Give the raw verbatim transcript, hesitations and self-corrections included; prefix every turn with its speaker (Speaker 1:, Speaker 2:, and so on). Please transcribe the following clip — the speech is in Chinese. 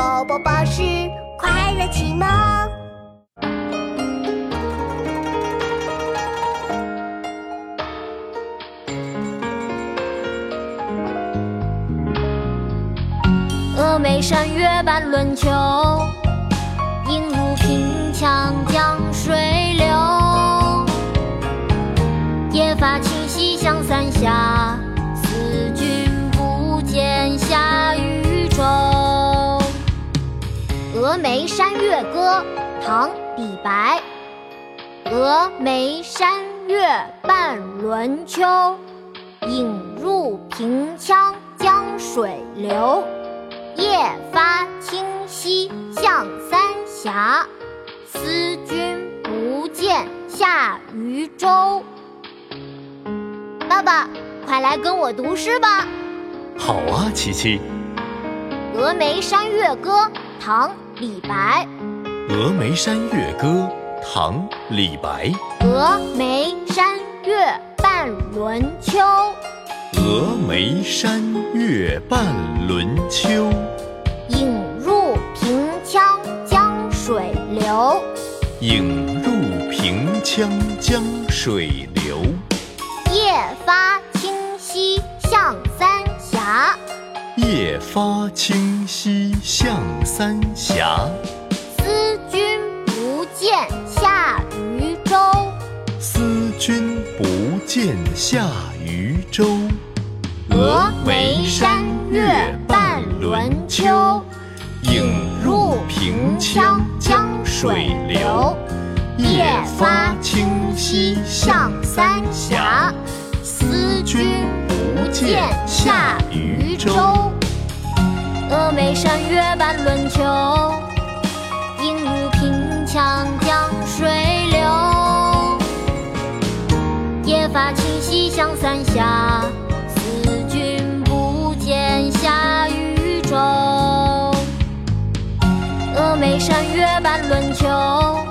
Speaker 1: 宝宝巴士快乐启蒙。
Speaker 2: 峨眉山月半轮秋，映入平羌江水流。夜发清溪向三峡，思君不见下渝州。《峨眉山月歌》唐·李白。峨眉山月半轮秋，映入平羌江水流。夜发清溪向三峡，思君不见下渝州。爸爸，快来跟我读诗吧。
Speaker 3: 好啊，琪琪。
Speaker 2: 《峨眉山月歌》唐·李白。
Speaker 3: 《峨眉山月歌》唐·李白。
Speaker 2: 峨眉山月半轮秋，
Speaker 3: 峨眉山月半轮秋，
Speaker 2: 映入平羌江水流。
Speaker 3: 映入平羌江水流。
Speaker 2: 夜发清溪向三峡，
Speaker 3: 夜发清溪向三峡。
Speaker 2: 思君不见下渝州。
Speaker 3: 思君不见下渝州。
Speaker 2: 峨眉山月半轮秋，
Speaker 3: 映入平羌江水流。夜发清溪向三峡，思君不见下渝州。
Speaker 2: 峨眉山月半轮秋，映入平羌江水流。夜发清溪向三峡，思君不见下渝州。峨眉山月半轮秋，